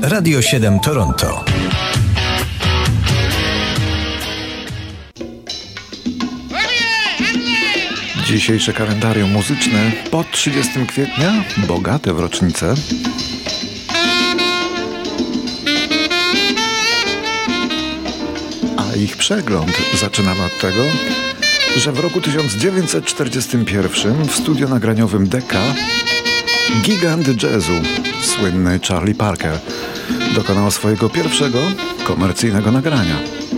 Radio 7 Toronto. Dzisiejsze kalendarium muzyczne po 30 kwietnia, bogate w rocznice. A ich przegląd zaczynamy od tego, że w roku 1941 w studio nagraniowym Decca gigant jazzu, słynny Charlie Parker, dokonał swojego pierwszego komercyjnego nagrania.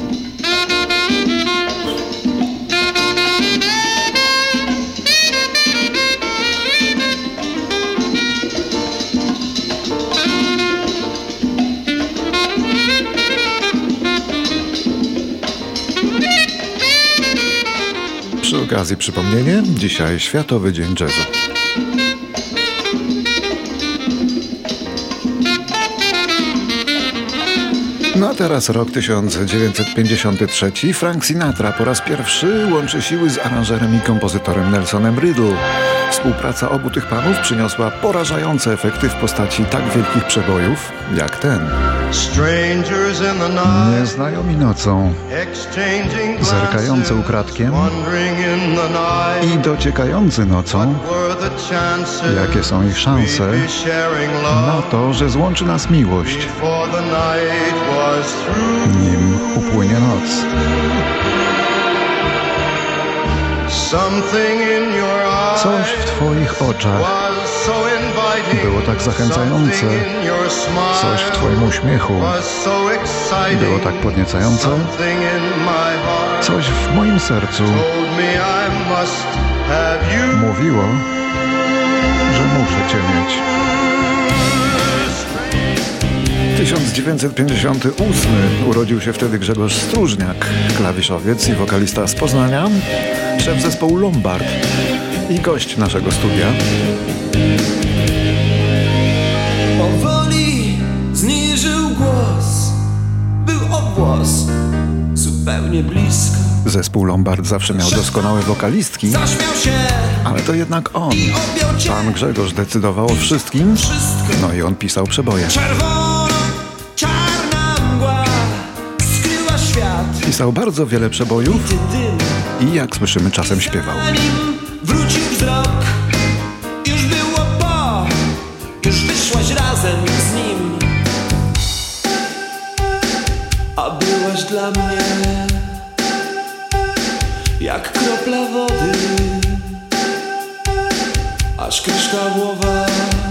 Przy okazji przypomnienie, dzisiaj Światowy Dzień Jazzu. No a teraz rok 1953. Frank Sinatra po raz pierwszy łączy siły z aranżerem i kompozytorem Nelsonem Riddle. Współpraca obu tych panów przyniosła porażające efekty w postaci tak wielkich przebojów jak ten. Nieznajomi nocą, zerkający ukradkiem i dociekający nocą. Jakie są ich szanse na to, że złączy nas miłość, nim upłynie noc? Coś w twoich oczach było tak zachęcające, coś w twoim uśmiechu było tak podniecające, coś w moim sercu mówiło, że muszę cię mieć. 1958 urodził się wtedy Grzegorz Stróżniak, klawiszowiec i wokalista z Poznania, szef zespołu Lombard i gość naszego studia. Powoli zniżył głos, był obłos zupełnie blisko. Zespół Lombard zawsze miał doskonałe wokalistki, ale to jednak on, pan Grzegorz, decydował o wszystkim, no i on pisał przeboje. Pisał bardzo wiele przebojów i jak słyszymy, czasem śpiewał. Wrócił wzrok, już było po, już wyszłaś razem z nim, a byłaś dla mnie jak kropla wody, aż kryształowa.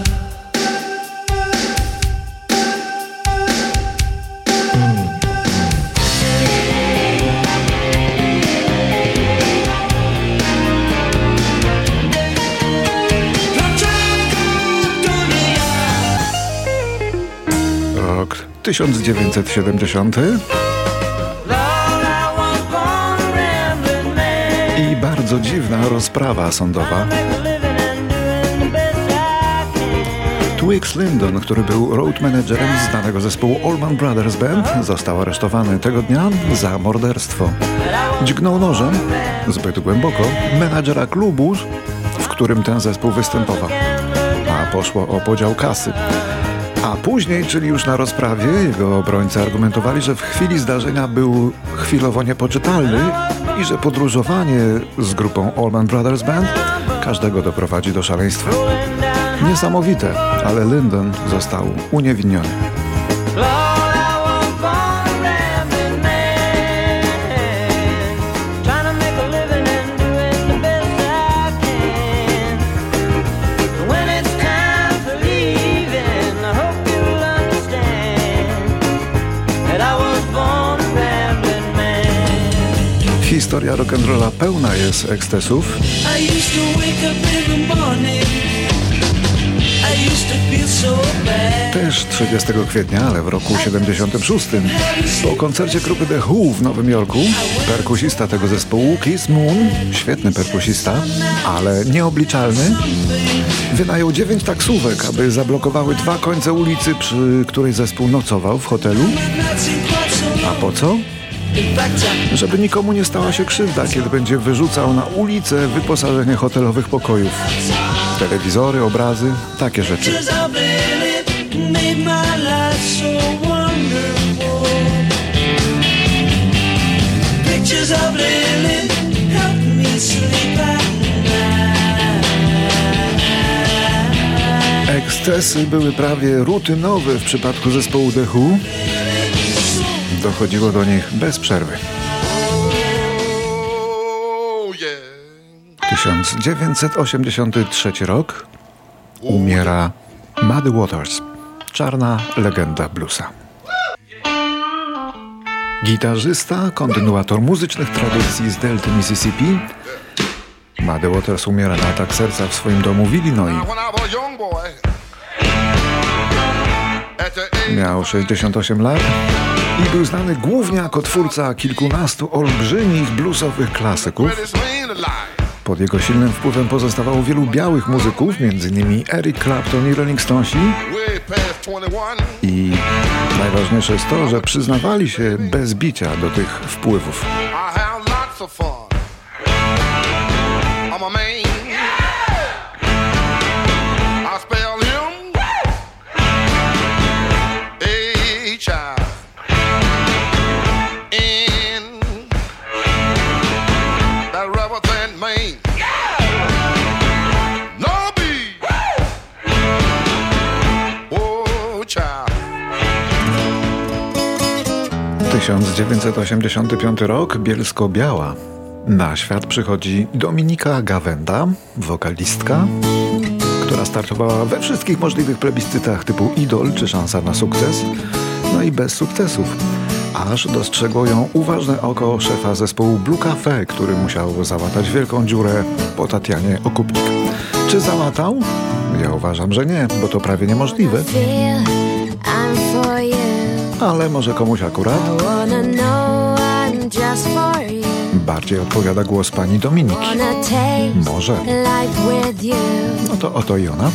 Rok 1970 i bardzo dziwna rozprawa sądowa. Twix Linden, który był road managerem znanego zespołu Allman Brothers Band, został aresztowany tego dnia za morderstwo. Dźgnął nożem zbyt głęboko menadżera klubu, w którym ten zespół występował. A poszło o podział kasy. A później, czyli już na rozprawie, jego obrońcy argumentowali, że w chwili zdarzenia był chwilowo niepoczytalny i że podróżowanie z grupą Allman Brothers Band każdego doprowadzi do szaleństwa. Niesamowite, ale Linden został uniewinniony. Historia rock'n'rolla pełna jest ekscesów. Też 30 kwietnia, ale w roku 76, po koncercie grupy The Who w Nowym Jorku, perkusista tego zespołu, Keith Moon, świetny perkusista, ale nieobliczalny, wynajął 9 taksówek, aby zablokowały 2 końce ulicy, przy której zespół nocował w hotelu. A po co? Żeby nikomu nie stała się krzywda, kiedy będzie wyrzucał na ulicę wyposażenie hotelowych pokojów. Telewizory, obrazy, takie rzeczy. made my life so wonderful. Pictures of Lily help me sleep at night. Ekscesy były prawie rutynowe w przypadku zespołu The Who. Dochodziło do nich bez przerwy. 1983 rok. Umiera Muddy Waters, czarna legenda bluesa. Gitarzysta, kontynuator muzycznych tradycji z delty Mississippi. Muddy Waters umiera na atak serca w swoim domu w Illinois. Miał 68 lat i był znany głównie jako twórca kilkunastu olbrzymich bluesowych klasyków. Pod jego silnym wpływem pozostawało wielu białych muzyków, m.in. Eric Clapton i Rolling Stonesi. I najważniejsze jest to, że przyznawali się bez bicia do tych wpływów. W 1985 rok, Bielsko-Biała. Na świat przychodzi Dominika Gawenda, wokalistka, która startowała we wszystkich możliwych plebiscytach typu Idol czy Szansa na sukces, no i bez sukcesów. Aż dostrzegło ją uważne oko szefa zespołu Blue Cafe, który musiał załatać wielką dziurę po Tatianie Okupnik. Czy załatał? Ja uważam, że nie, bo to prawie niemożliwe. Ale może komuś akurat? Bardziej odpowiada głos pani Dominiki. Może. No to oto i ona.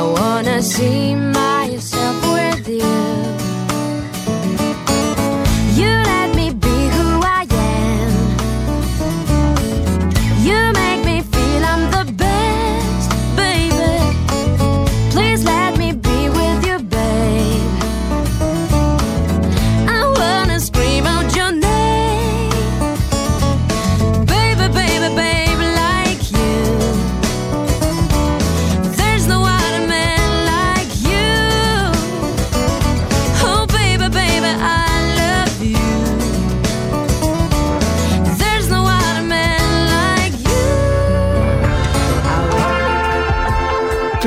W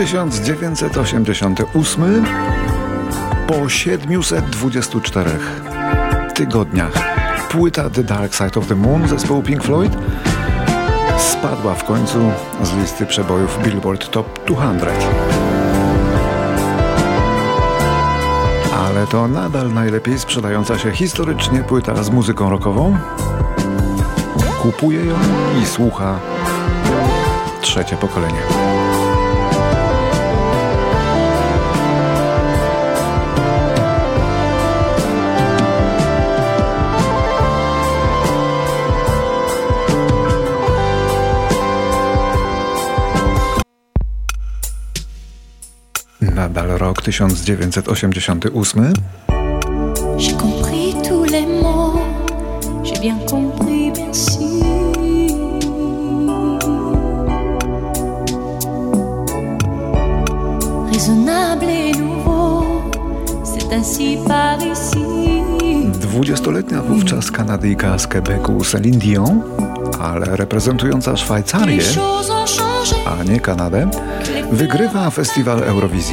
1988 po 724 tygodniach płyta The Dark Side of the Moon zespołu Pink Floyd spadła w końcu z listy przebojów Billboard Top 200. Ale to nadal najlepiej sprzedająca się historycznie płyta z muzyką rockową. Kupuje ją i słucha trzecie pokolenie. Nadal rok 1988. J'ai compris tous les mots, j'ai bien compris, merci. Raisonnable et nouveau, c'est ainsi par ici. 20-letnia wówczas Kanadyjka z Quebecu Céline Dion, ale reprezentująca Szwajcarię, a nie Kanadę, wygrywa festiwal Eurowizji.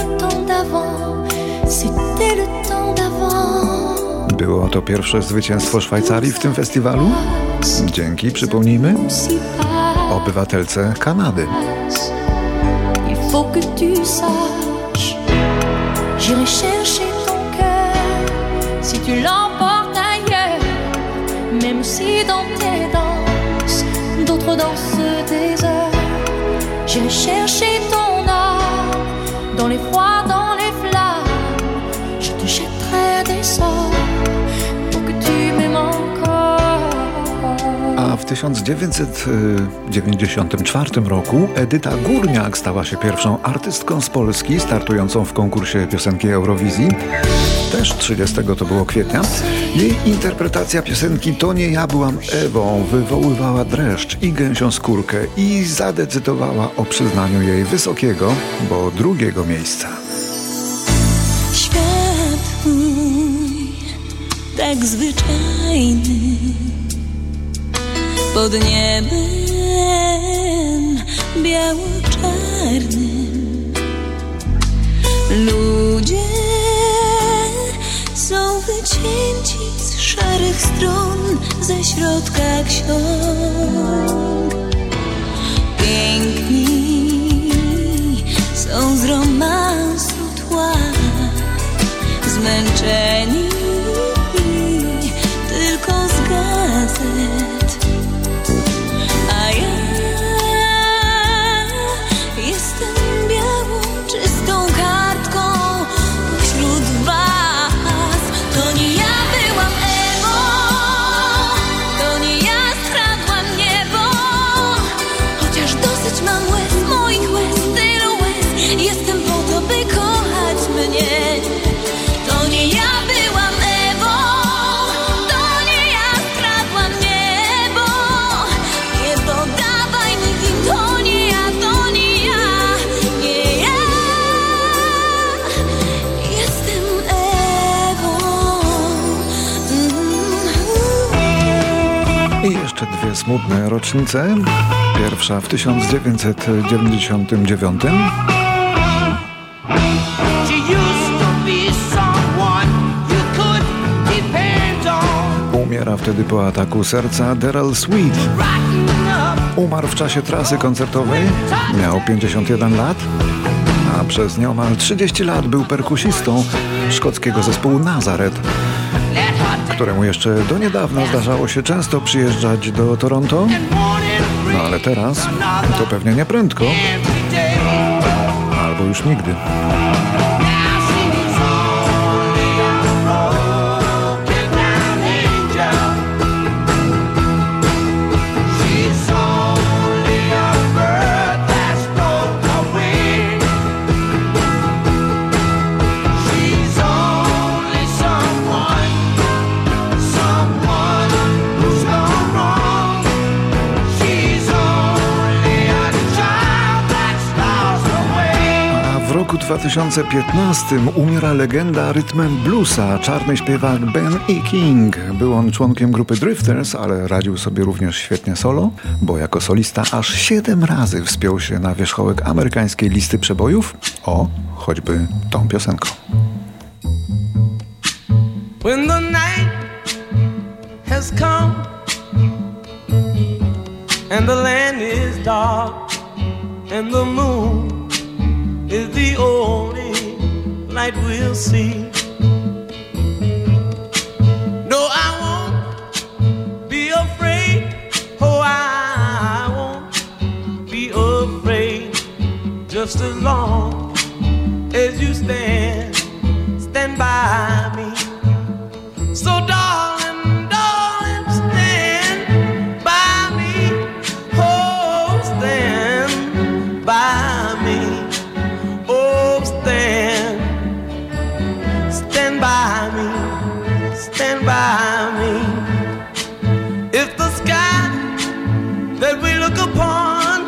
Było to pierwsze zwycięstwo Szwajcarii w tym festiwalu, dzięki, przypomnijmy, obywatelce Kanady. Même si dans tes danses, d'autres dansent des heures, j'irai chercher ton âme, dans les froids, dans les flammes, je te jetterai des sorts, pour que tu m'aimes encore. A w 1994 roku Edyta Górniak stała się pierwszą artystką z Polski startującą w konkursie piosenki Eurowizji. Też 30 to było kwietnia. Jej interpretacja piosenki To nie ja byłam Ewą wywoływała dreszcz i gęsią skórkę i zadecydowała o przyznaniu jej wysokiego, bo drugiego miejsca. Świat mój, tak zwyczajny, pod niebem biało-czarnym ludzie są wycięci z szarych stron, ze środka ksiąg. Piękni są z romansu tła, zmęczeni tylko z gazet. A ja jestem białą, czystą kartką wśród was. To nie ja byłam Ewą, to nie ja skradłam niebo. Chociaż dosyć mam łez, moich łez, tylu łez. Jestem po to, by kochać mnie. To nie ja byłam Ewą, to nie ja skradłam niebo. Nie poddawaj mi win, to nie ja, to nie ja, nie ja. Jestem Ewą. I jeszcze dwie smutne rocznice. Pierwsza w 1999. She used to be someone you could depend on. Umiera wtedy po ataku serca Daryl Sweet. Rotten up. Umarł w czasie trasy koncertowej, miał 51 lat, a przez nieomal 30 lat był perkusistą szkockiego zespołu Nazareth, któremu jeszcze do niedawna zdarzało się często przyjeżdżać do Toronto, no ale teraz to pewnie nie prędko, albo już nigdy. W roku 2015 umiera legenda rytmem bluesa, czarny śpiewak Ben E. King. Był on członkiem grupy Drifters, ale radził sobie również świetnie solo, bo jako solista aż 7 razy wspiął się na wierzchołek amerykańskiej listy przebojów. O, choćby tą piosenką. When the night has come and the land is dark and the moon is the only light we'll see. No, I won't be afraid. Oh, I won't be afraid. Just as long as you stand by me. So darling, darling, stand by me. Oh, stand by me. Oh, stand by me, stand by me. If the sky that we look upon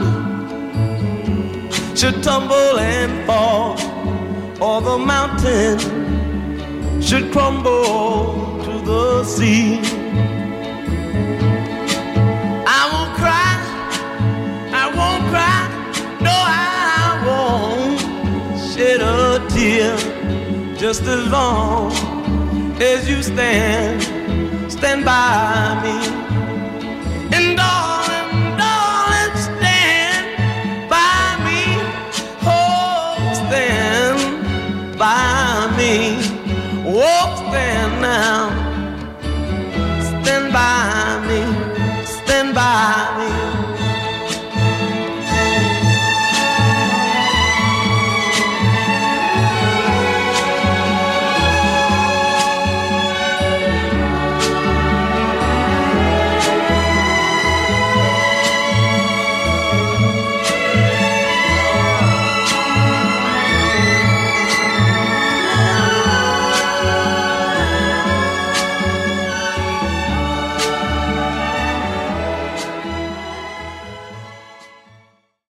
should tumble and fall, or the mountain should crumble to the sea, I won't cry, no, I won't shed a tear. Just as long as you stand by me. And darling, darling, stand by me. Oh, stand by